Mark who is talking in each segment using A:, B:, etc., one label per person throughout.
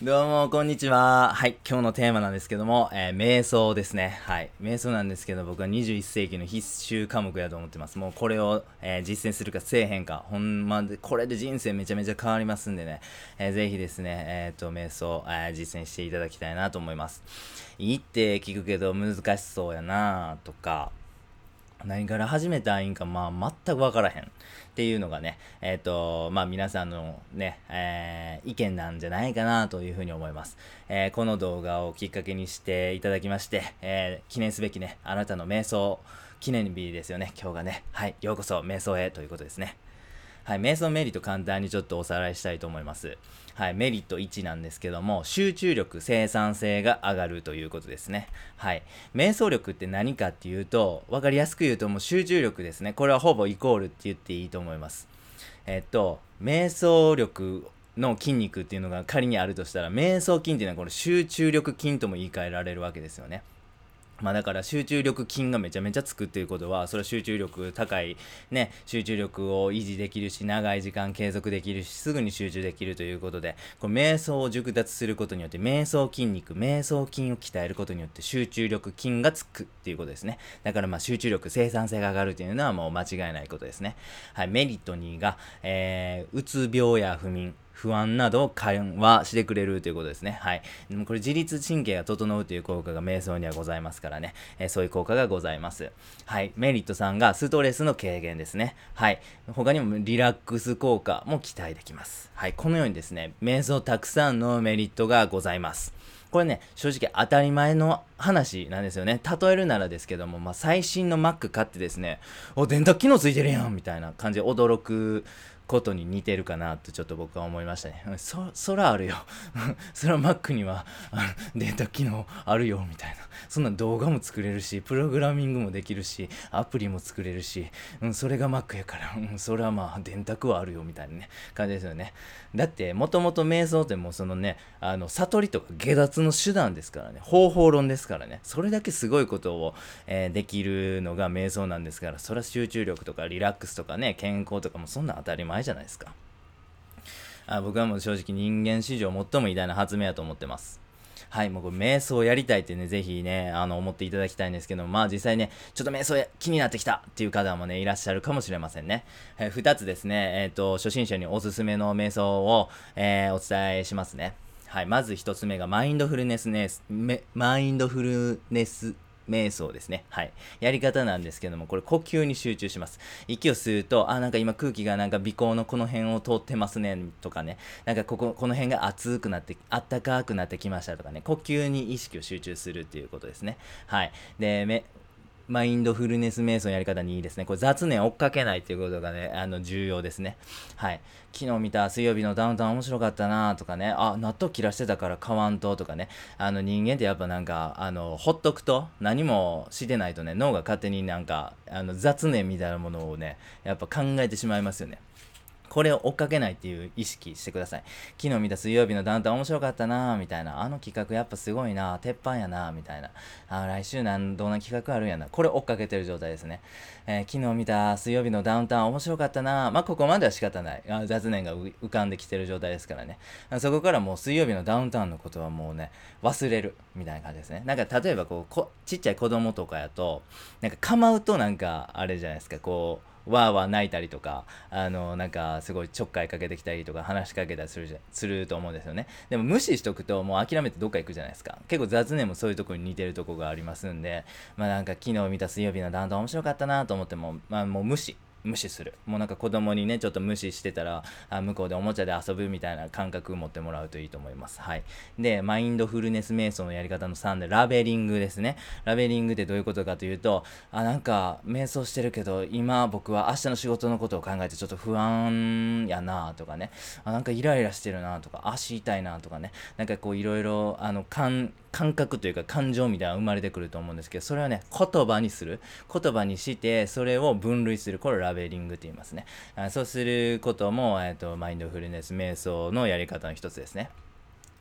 A: どうも、こんにちは。はい、今日のテーマなんですけども、瞑想ですね。はい、瞑想なんですけど、僕は21世紀の必修科目やと思ってます。もうこれを、実践するかせえへんか、ほんまで、これで人生めちゃめちゃ変わりますんでね、ぜひですね、瞑想、実践していただきたいなと思います。いいって聞くけど難しそうやなとか、何から始めたらいいんか、全く分からへんっていうのがね、皆さんのね、意見なんじゃないかなというふうに思います。この動画をきっかけにしていただきまして、記念すべきね、あなたの瞑想記念日ですよね、今日がね。はい、ようこそ瞑想へということですね。はい、瞑想メリット簡単にちょっとおさらいしたいと思います。はい、メリット1なんですけども、集中力、生産性が上がるということですね。はい、瞑想力って何かっていうと、分かりやすく言うともう集中力ですね。これはほぼイコールって言っていいと思います。瞑想力の筋肉っていうのが仮にあるとしたら、瞑想筋っていうのはこの集中力筋とも言い換えられるわけですよね。だから集中力筋がめちゃめちゃつくっていうことは、それは集中力高いね、集中力を維持できるし、長い時間継続できるし、すぐに集中できるということで、この瞑想を熟達することによって、瞑想筋肉、瞑想筋を鍛えることによって集中力筋がつくっていうことですね。だから集中力、生産性が上がるっていうのはもう間違いないことですね。はい、メリット2が、うつ病や不眠、不安などを緩和してくれるということですね。はい。これ自律神経が整うという効果が瞑想にはございますからね。そういう効果がございます。はい。メリット3がストレスの軽減ですね。はい。他にもリラックス効果も期待できます。はい。このようにですね、瞑想たくさんのメリットがございます。これね、正直当たり前の話なんですよね。例えるならですけども、最新の Mac 買ってですね、電卓機能ついてるやんみたいな感じで驚くことに似てるかなとちょっと僕は思いましたね。そらあるよ。そら Mac には電卓機能あるよみたいな。そんな動画も作れるし、プログラミングもできるし、アプリも作れるし、それが Mac やから、それは電卓はあるよみたいなね、感じですよね。だって、もともと瞑想ってもうそのね、悟りとか下脱の手段ですからね、方法論ですからね、それだけすごいことを、できるのが瞑想なんですから、それは集中力とかリラックスとかね、健康とかもそんな当たり前じゃないですか。僕はもう正直人間史上最も偉大な発明やと思ってます。はい、もうこれ瞑想やりたいってね、ぜひね、思っていただきたいんですけど、実際ね、ちょっと瞑想気になってきたっていう方もね、いらっしゃるかもしれませんね。2つですね、初心者におすすめの瞑想を、お伝えしますね。はい、まず1つ目がマインドフルネス瞑想ですね。はい。やり方なんですけども、これ呼吸に集中します。息を吸うと、なんか今空気がなんか鼻孔のこの辺を通ってますねとかね、なんかこの辺が熱くなって、あったかくなってきましたとかね、呼吸に意識を集中するっていうことですね。はい。で、マインドフルネス瞑想のやり方にいいですね。これ雑念を追っかけないということがね、重要ですね。はい。昨日見た水曜日のダウンタウン面白かったなとかね、納豆切らしてたから買わんととかね、人間ってやっぱなんか、ほっとくと何もしてないとね、脳が勝手になんか、雑念みたいなものをね、やっぱ考えてしまいますよね。これを追っかけないっていう意識してください。昨日見た水曜日のダウンタウン面白かったなみたいな。あの企画やっぱすごいな鉄板やなみたいな。来週どんな企画あるんやな。これ追っかけてる状態ですね。昨日見た水曜日のダウンタウン面白かったなここまでは仕方ない。雑念が浮かんできてる状態ですからね。そこからもう水曜日のダウンタウンのことはもうね、忘れるみたいな感じですね。なんか例えばちっちゃい子供とかやと、なんか構うとなんかあれじゃないですか、わーわー泣いたりとか、なんかすごいちょっかいかけてきたりとか話しかけたりすると思うんですよね。でも無視しとくともう諦めてどっか行くじゃないですか。結構雑念もそういうところに似てるところがありますんで、なんか昨日見た水曜日のダウンタウン面白かったなと思っても、もう無視する。もうなんか子供にね、ちょっと無視してたら、向こうでおもちゃで遊ぶみたいな感覚を持ってもらうといいと思います。はい。で、マインドフルネス瞑想のやり方の3で、ラベリングですね。ラベリングってどういうことかというと、なんか瞑想してるけど、今僕は明日の仕事のことを考えてちょっと不安やなとかね、なんかイライラしてるなとか、足痛いなとかね、なんかいろいろ、感覚というか感情みたいなのが生まれてくると思うんですけど、それはね、言葉にする。言葉にして、それを分類する。これをラベリングって言いますね。そうすることも、マインドフルネス瞑想のやり方の一つですね。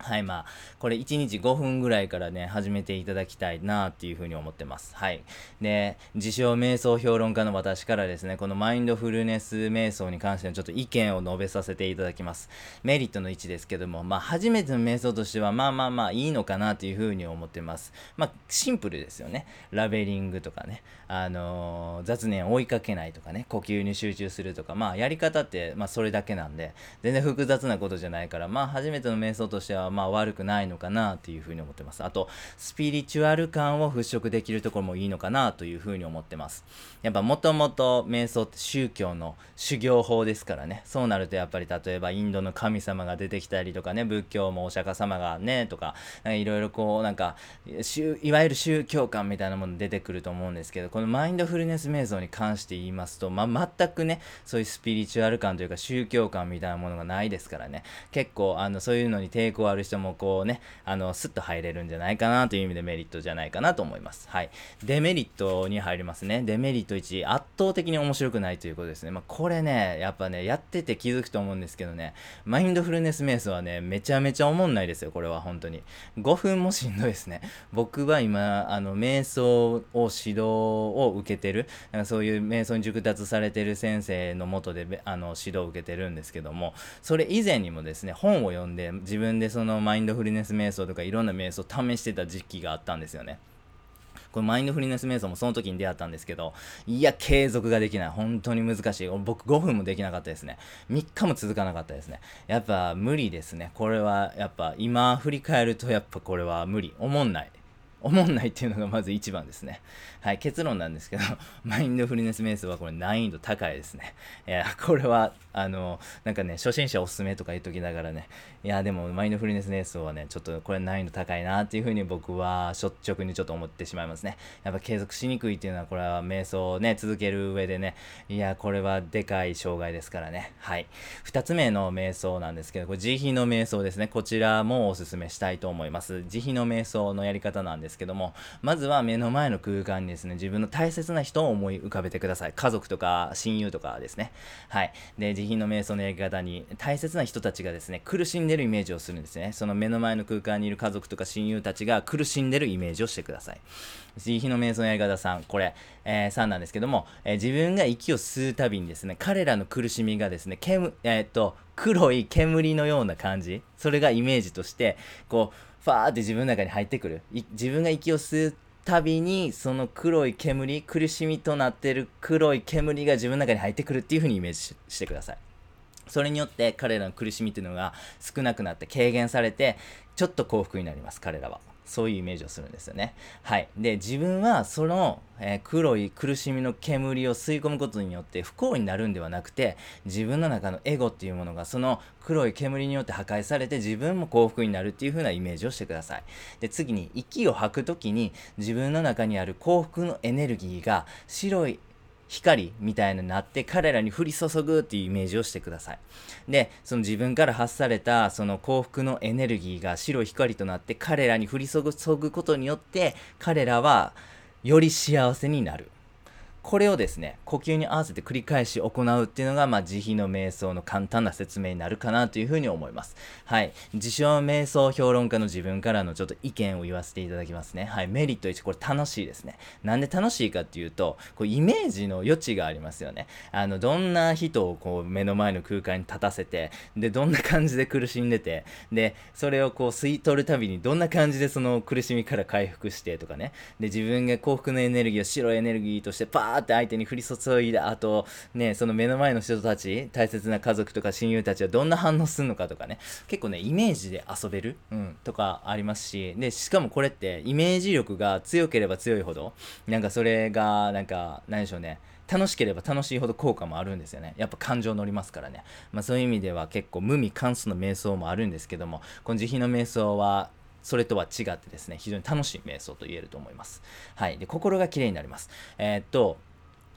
A: はい、これ1日5分ぐらいからね、始めていただきたいなっていうふうに思ってます。はい。で、自称瞑想評論家の私からですね、このマインドフルネス瞑想に関してのちょっと意見を述べさせていただきます。メリットの1ですけども、初めての瞑想としては、いいのかなというふうに思ってます。シンプルですよね。ラベリングとかね、雑念を追いかけないとかね、呼吸に集中するとか、やり方って、それだけなんで、全然複雑なことじゃないから、初めての瞑想としては、悪くないのかなというふうに思ってます。あと、スピリチュアル感を払拭できるところもいいのかなというふうに思ってます。やっぱもともと瞑想って宗教の修行法ですからね。そうなるとやっぱり例えばインドの神様が出てきたりとかね、仏教もお釈迦様がね、とか、いろいろこういわゆる宗教観みたいなもの出てくると思うんですけど、このマインドフルネス瞑想に関して言いますと、全くね、そういうスピリチュアル感というか宗教観みたいなものがないですからね。結構そういうのに抵抗ある人もこうね、スッと入れるんじゃないかなという意味でメリットじゃないかなと思います。はい。デメリットに入りますね。デメリット1、圧倒的に面白くないということですね。これね、やっぱね、やってて気づくと思うんですけどね、マインドフルネス瞑想はね、めちゃめちゃおもんないですよ、これは本当に。5分もしんどいですね。僕は今、瞑想を指導を受けてる、そういう瞑想に熟達されてる先生のもとで指導を受けてるんですけども、それ以前にもですね、本を読んで自分でそのマインドフルネス瞑想とかいろんな瞑想を試してた時期があったんですよね。これマインドフルネス瞑想もその時に出会ったんですけど、いや、継続ができない。本当に難しい。僕5分もできなかったですね。3日も続かなかったですね。やっぱ無理ですね。これはやっぱ今振り返るとやっぱこれは無理。おもんないっていうのがまず一番ですね。はい、結論なんですけど、マインドフルネス瞑想はこれ難易度高いですね。いや、これは、なんかね、初心者おすすめとか言っときながらね、いや、でもマインドフルネス瞑想はね、ちょっとこれ難易度高いなっていうふうに僕は率直にちょっと思ってしまいますね。やっぱ継続しにくいっていうのは、これは瞑想をね、続ける上でね、いや、これはでかい障害ですからね。はい。二つ目の瞑想なんですけど、これ慈悲の瞑想ですね。こちらもおすすめしたいと思います。慈悲の瞑想のやり方なんですけども、まずは目の前の空間にですね、自分の大切な人を思い浮かべてください。家族とか親友とかですね。はい。で、慈悲の瞑想のやり方に、大切な人たちがですね、苦しんでるイメージをするんですね。その目の前の空間にいる家族とか親友たちが苦しんでるイメージをしてください。慈悲の瞑想のやり方3、これ、3なんですけども、自分が息を吸うたびにですね、彼らの苦しみがですね、黒い煙のような感じ、それがイメージとして、こう、ファーって自分の中に入ってくる。自分が息を吸うたびに、その黒い煙、苦しみとなっている黒い煙が自分の中に入ってくるっていう風にイメージしてください。それによって彼らの苦しみっていうのが少なくなって軽減されて、ちょっと幸福になります、彼らは。そういうイメージをするんですよね。はい。で、自分はその、黒い苦しみの煙を吸い込むことによって不幸になるんではなくて、自分の中のエゴっていうものがその黒い煙によって破壊されて自分も幸福になるっていう風なイメージをしてください。で、次に息を吐くときに自分の中にある幸福のエネルギーが白い光みたいになって彼らに降り注ぐっていうイメージをしてください。で、その自分から発されたその幸福のエネルギーが白い光となって彼らに降り注ぐことによって彼らはより幸せになる。これをですね、呼吸に合わせて繰り返し行うっていうのが、慈悲の瞑想の簡単な説明になるかなというふうに思います。はい。自称瞑想評論家の自分からのちょっと意見を言わせていただきますね。はい。メリット1、これ楽しいですね。なんで楽しいかっていうと、こうイメージの余地がありますよね。どんな人をこう目の前の空間に立たせて、で、どんな感じで苦しんでて、で、それをこう吸い取るたびにどんな感じでその苦しみから回復してとかね。で、自分が幸福のエネルギーを白いエネルギーとしてパーって相手に降り注いだ後ね、その目の前の人たち、大切な家族とか親友たちはどんな反応するのかとかね、結構ねイメージで遊べる、とかありますし、でしかもこれってイメージ力が強ければ強いほどなんかそれがなんか何でしょうね、楽しければ楽しいほど効果もあるんですよね。やっぱ感情乗りますからね。そういう意味では結構無味乾燥の瞑想もあるんですけども、この慈悲の瞑想はそれとは違ってですね、非常に楽しい瞑想と言えると思います。はい。で、心が綺麗になります。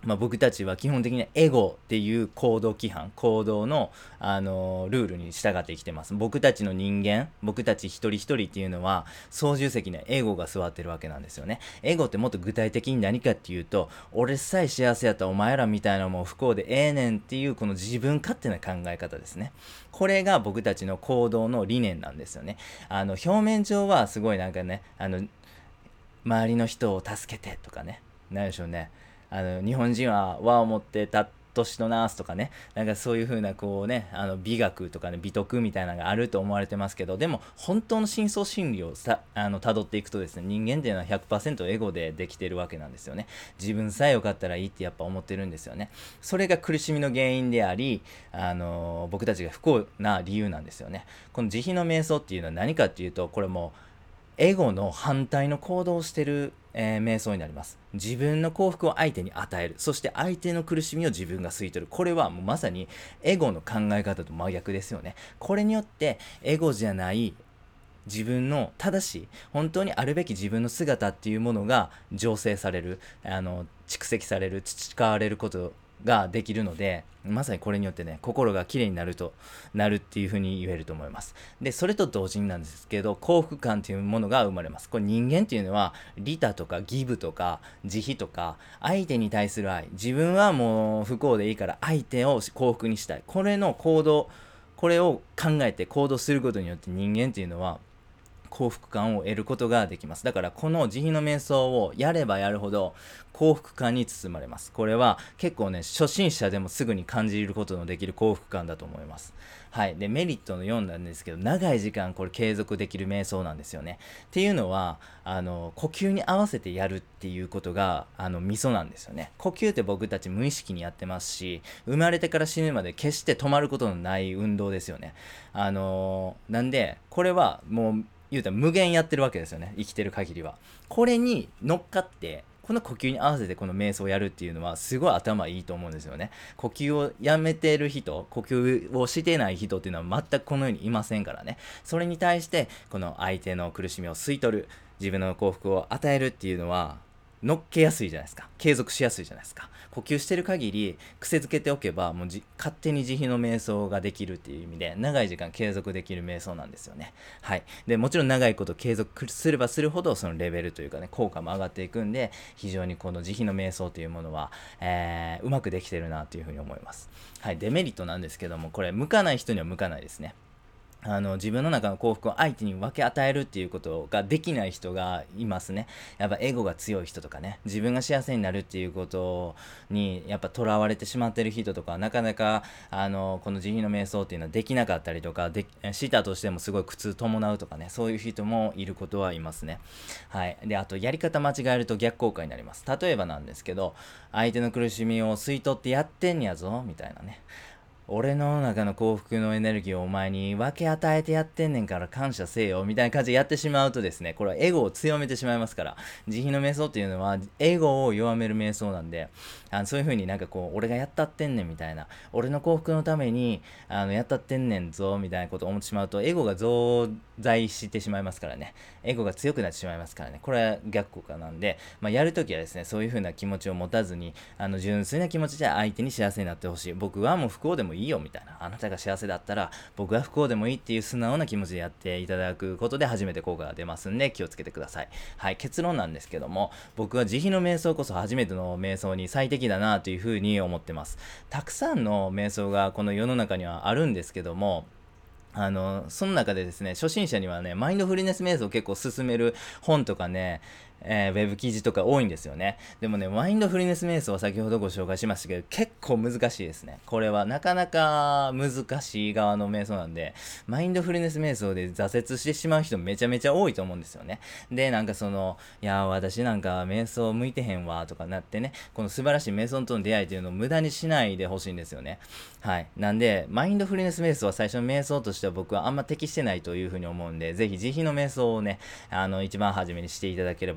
A: 僕たちは基本的にエゴっていう行動規範、行動の、ルールに従って生きてます。僕たちの人間、僕たち一人一人っていうのは、操縦席にエゴが座ってるわけなんですよね。エゴってもっと具体的に何かっていうと、俺さえ幸せやったらお前らみたいなもん不幸でええねんっていうこの自分勝手な考え方ですね。これが僕たちの行動の理念なんですよね。表面上はすごいなんかね、周りの人を助けてとかね、なんでしょうね。日本人は和を持ってたっとしとなーすとかね、なんかそういう風なこうね、美学とかね、美徳みたいなのがあると思われてますけど、でも本当の深層心理を辿っていくとですね、人間っていうのは 100% エゴでできてるわけなんですよね。自分さえ良かったらいいってやっぱ思ってるんですよね。それが苦しみの原因であり、僕たちが不幸な理由なんですよね。この慈悲の瞑想っていうのは何かっていうと、これもエゴの反対の行動をしてる、瞑想になります。自分の幸福を相手に与える。そして相手の苦しみを自分が吸い取る。これはもうまさにエゴの考え方と真逆ですよね。これによってエゴじゃない自分の正しい本当にあるべき自分の姿っていうものが醸成される、蓄積される、培われることができるので、まさにこれによってね、心がきれいになるっていうふうに言えると思います。でそれと同時になんですけど、幸福感というものが生まれます。これ人間っていうのは利他とかギブとか慈悲とか相手に対する愛、自分はもう不幸でいいから相手を幸福にしたい、これの行動、これを考えて行動することによって人間っていうのは幸福感を得ることができます。だからこの慈悲の瞑想をやればやるほど幸福感に包まれます。これは結構ね、初心者でもすぐに感じることのできる幸福感だと思います。はい。でメリットの4なんですけど、長い時間これ継続できる瞑想なんですよね。っていうのは呼吸に合わせてやるっていうことがミソなんですよね。呼吸って僕たち無意識にやってますし、生まれてから死ぬまで決して止まることのない運動ですよね。なんでこれはもう言うたら無限やってるわけですよね、生きてる限りは。これに乗っかってこの呼吸に合わせてこの瞑想をやるっていうのはすごい頭いいと思うんですよね。呼吸をやめてる人、呼吸をしてない人っていうのは全くこの世にいませんからね。それに対してこの相手の苦しみを吸い取る、自分の幸福を与えるっていうのは乗っけやすいじゃないですか。継続しやすいじゃないですか。呼吸してる限り癖づけておけばもう勝手に慈悲の瞑想ができるっていう意味で長い時間継続できる瞑想なんですよね。はい。でもちろん長いこと継続すればするほどそのレベルというかね、効果も上がっていくんで、非常にこの慈悲の瞑想というものは、うまくできてるなというふうに思います。はい。デメリットなんですけども、これ向かない人には向かないですね。自分の中の幸福を相手に分け与えるっていうことができない人がいますね。やっぱエゴが強い人とかね、自分が幸せになるっていうことにやっぱとらわれてしまってる人とか、なかなかこの慈悲の瞑想っていうのはできなかったりとか、したとしてもすごい苦痛伴うとかね、そういう人もいることはいますね。はい。であとやり方間違えると逆効果になります。例えばなんですけど、相手の苦しみを吸い取ってやってんやぞみたいなね、俺の中の幸福のエネルギーをお前に分け与えてやってんねんから感謝せえよみたいな感じでやってしまうとですね、これはエゴを強めてしまいますから。慈悲の瞑想っていうのはエゴを弱める瞑想なんで、そういう風になんかこう俺がやったってんねんみたいな、俺の幸福のためにやったってんねんぞみたいなことを思ってしまうと、エゴが増大してしまいますからね。エゴが強くなってしまいますからね。これは逆効果なんで、やるときはですね、そういう風な気持ちを持たずに、純粋な気持ちで相手に幸せになってほしい。僕はもう不幸でもいいよみたいな、あなたが幸せだったら僕は不幸でもいいっていう素直な気持ちでやっていただくことで初めて効果が出ますんで、気をつけてください。はい。結論なんですけども、僕は慈悲の瞑想こそ初めての瞑想に最適だなというふうに思ってます。たくさんの瞑想がこの世の中にはあるんですけども、その中でですね、初心者にはね、マインドフルネス瞑想を結構勧める本とかね、ウェブ記事とか多いんですよね。でもね、マインドフルネス瞑想は先ほどご紹介しましたけど、結構難しいですね。これはなかなか難しい側の瞑想なんで、マインドフルネス瞑想で挫折してしまう人めちゃめちゃ多いと思うんですよね。で、なんかいや、私なんか瞑想向いてへんわとかなってね、この素晴らしい瞑想との出会いというのを無駄にしないでほしいんですよね。はい。なんで、マインドフルネス瞑想は最初の瞑想としては僕はあんま適してないというふうに思うんで、ぜひ慈悲の瞑想をね、一番初めにしていただければ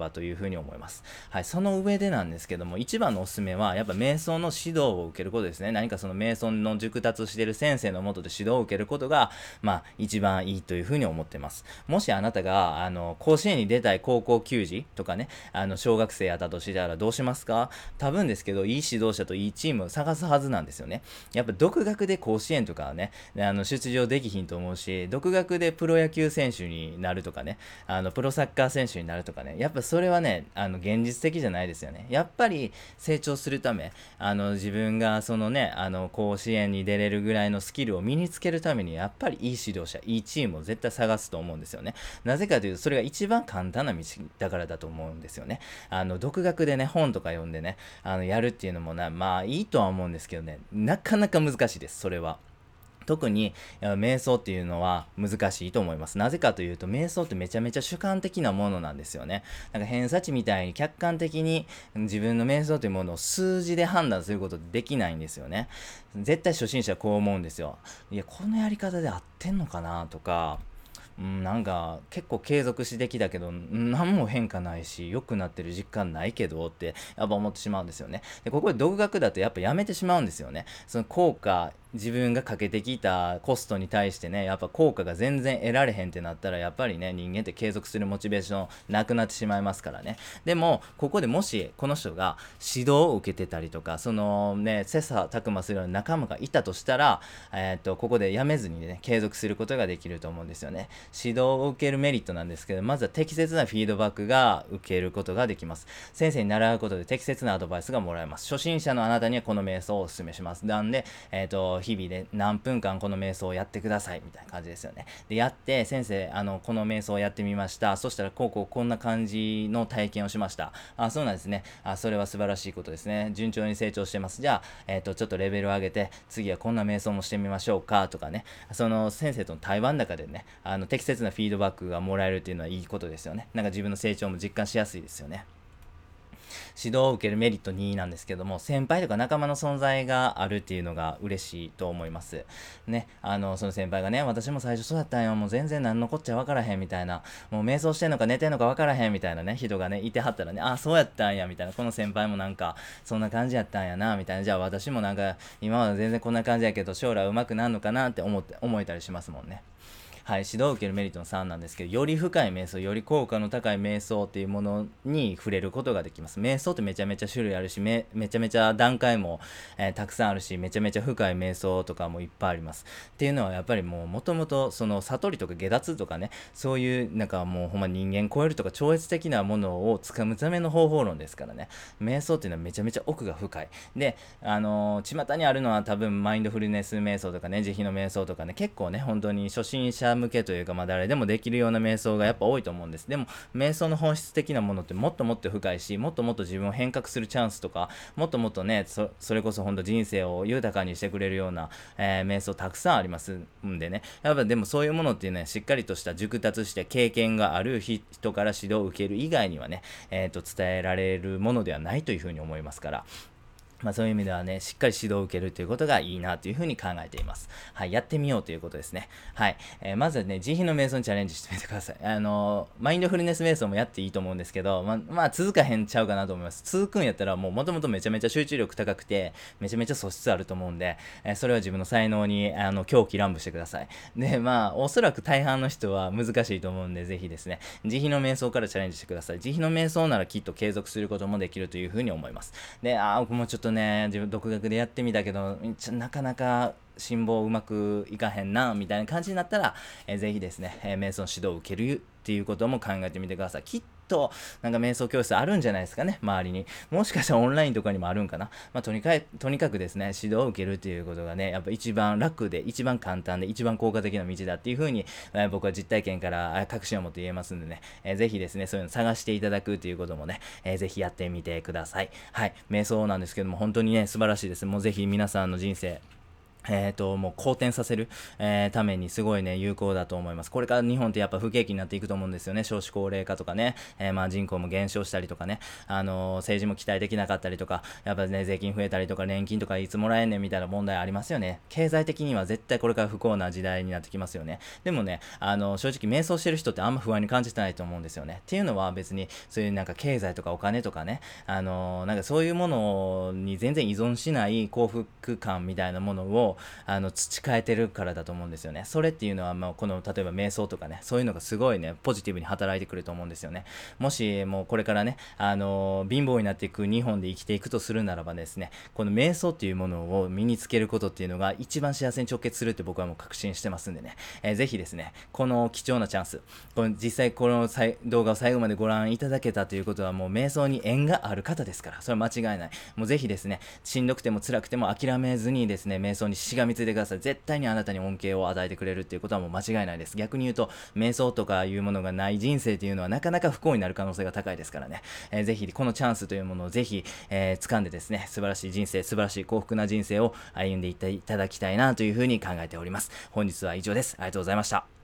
A: ばというふうに思います。はい、その上でなんですけども、一番のおすすめはやっぱ瞑想の指導を受けることですね。何かその瞑想の熟達している先生のもとで指導を受けることが、一番いいというふうに思ってます。もしあなたが甲子園に出たい高校球児とかね、小学生やったとしたらどうしますか？多分ですけど、いい指導者といいチームを探すはずなんですよね。やっぱ独学で甲子園とかはね、出場できひんと思うし、独学でプロ野球選手になるとかね、プロサッカー選手になるとかね、やっぱそれはね、現実的じゃないですよね。やっぱり成長するため、自分がそのね、甲子園に出れるぐらいのスキルを身につけるために、やっぱりいい指導者、いいチームを絶対探すと思うんですよね。なぜかというと、それが一番簡単な道だからだと思うんですよね。独学でね、本とか読んでね、やるっていうのもいいとは思うんですけどね、なかなか難しいです、それは。特に瞑想っていうのは難しいと思います。なぜかというと、瞑想ってめちゃめちゃ主観的なものなんですよね。なんか偏差値みたいに客観的に自分の瞑想というものを数字で判断することできないんですよね。絶対初心者はこう思うんですよ。いや、このやり方で合ってんのかなとか、なんか結構継続してきたけど何も変化ないし良くなってる実感ないけどってやっぱ思ってしまうんですよね。でここで独学だとやっぱやめてしまうんですよね。その効果、自分がかけてきたコストに対してね、やっぱ効果が全然得られへんってなったら、やっぱりね、人間って継続するモチベーションなくなってしまいますからね。でもここでもしこの人が指導を受けてたりとか、そのね、切磋琢磨するような仲間がいたとしたら、ここでやめずにね、継続することができると思うんですよね。指導を受けるメリットなんですけど、まずは適切なフィードバックが受けることができます。先生に習うことで適切なアドバイスがもらえます。初心者のあなたにはこの瞑想をお勧めします。なんで、日々で何分間この瞑想をやってくださいみたいな感じですよね。で、やって、先生、この瞑想をやってみました。そしたら、こんな感じの体験をしました。そうなんですね。それは素晴らしいことですね。順調に成長してます。じゃあ、ちょっとレベルを上げて、次はこんな瞑想もしてみましょうかとかね。その先生との対話の中でね、適切なフィードバックがもらえるっていうのはいいことですよね。なんか自分の成長も実感しやすいですよね。指導を受けるメリット2なんですけども、先輩とか仲間の存在があるっていうのが嬉しいと思います。ね、その先輩がね、私も最初そうだったんよ、もう全然何のこっちゃ分からへんみたいな、もう瞑想してんのか寝てんのか分からへんみたいなね、人がね、いてはったらね、そうやったんやみたいな、この先輩もなんか、そんな感じやったんやな、みたいな、じゃあ私もなんか、今は全然こんな感じやけど、将来上手くなるのかなって思えたりしますもんね。はい、指導を受けるメリットの3なんですけど、より深い瞑想、より効果の高い瞑想っていうものに触れることができます。瞑想ってめちゃめちゃ種類あるし、めちゃめちゃ段階も、たくさんあるし、めちゃめちゃ深い瞑想とかもいっぱいあります。っていうのはやっぱりもともとその悟りとか下脱とかね、そういうなんかもうほんま人間超えるとか超越的なものをつかむための方法論ですからね。瞑想っていうのはめちゃめちゃ奥が深い。で、巷にあるのは多分マインドフルネス瞑想とかね、慈悲の瞑想とかね、結構ね、本当に初心者向けというか、誰でもできるような瞑想がやっぱ多いと思うんです。でも瞑想の本質的なものってもっともっと深いし、もっともっと自分を変革するチャンスとか、もっともっとね、それこそ本当人生を豊かにしてくれるような、瞑想たくさんありますんでね、やっぱでもそういうものっていうのはしっかりとした熟達して経験がある人から指導を受ける以外にはね、伝えられるものではないというふうに思いますから、そういう意味ではね、しっかり指導を受けるということがいいなというふうに考えています。はい、やってみようということですね。はい、まずはね、慈悲の瞑想にチャレンジしてみてください。マインドフルネス瞑想もやっていいと思うんですけど、続かへんちゃうかなと思います。続くんやったらもともとめちゃめちゃ集中力高くて、めちゃめちゃ素質あると思うんで、それは自分の才能に狂気乱舞してください。で、おそらく大半の人は難しいと思うんで、ぜひですね、慈悲の瞑想からチャレンジしてください。慈悲の瞑想ならきっと継続することもできるというふうに思います。で、僕もちょっとね、自分独学でやってみたけどなかなか辛抱うまくいかへんなみたいな感じになったら、ぜひですね、瞑想の指導を受けるっていうことも考えてみてください。きっとなんか瞑想教室あるんじゃないですかね、周りに。もしかしたらオンラインとかにもあるんかな。とにかくですね、指導を受けるっていうことがね、やっぱ一番楽で一番簡単で一番効果的な道だっていう風に、僕は実体験から確信を持って言えますんでね、ぜひですね、そういうの探していただくっていうこともね、ぜひやってみてください。はい、瞑想なんですけども本当にね素晴らしいです。もうぜひ皆さんの人生もう好転させる、ためにすごいね、有効だと思います。これから日本ってやっぱ不景気になっていくと思うんですよね。少子高齢化とかね、まあ人口も減少したりとかね、政治も期待できなかったりとか、やっぱね、税金増えたりとか、年金とかいつもらえんねんみたいな問題ありますよね。経済的には絶対これから不幸な時代になってきますよね。でもね、正直瞑想してる人ってあんま不安に感じてないと思うんですよね。っていうのは別に、そういうなんか経済とかお金とかね、なんかそういうものに全然依存しない幸福感みたいなものを、培えてるからだと思うんですよね。それっていうのは、まあ、この例えば瞑想とかね、そういうのがすごいねポジティブに働いてくると思うんですよね。もしもうこれからね、貧乏になっていく日本で生きていくとするならばですね、この瞑想っていうものを身につけることっていうのが一番幸せに直結するって僕はもう確信してますんでね、ぜひですね、この貴重なチャンス、この実際この動画を最後までご覧いただけたということは、もう瞑想に縁がある方ですから、それは間違いない。もうぜひですね、しんどくても辛くても諦めずにですね、瞑想にしがみついてください。絶対にあなたに恩恵を与えてくれるっていうことはもう間違いないです。逆に言うと、瞑想とかいうものがない人生っていうのはなかなか不幸になる可能性が高いですからね、ぜひこのチャンスというものをぜひ、掴んでですね、素晴らしい人生、素晴らしい幸福な人生を歩んでいただきたいなというふうに考えております。本日は以上です。ありがとうございました。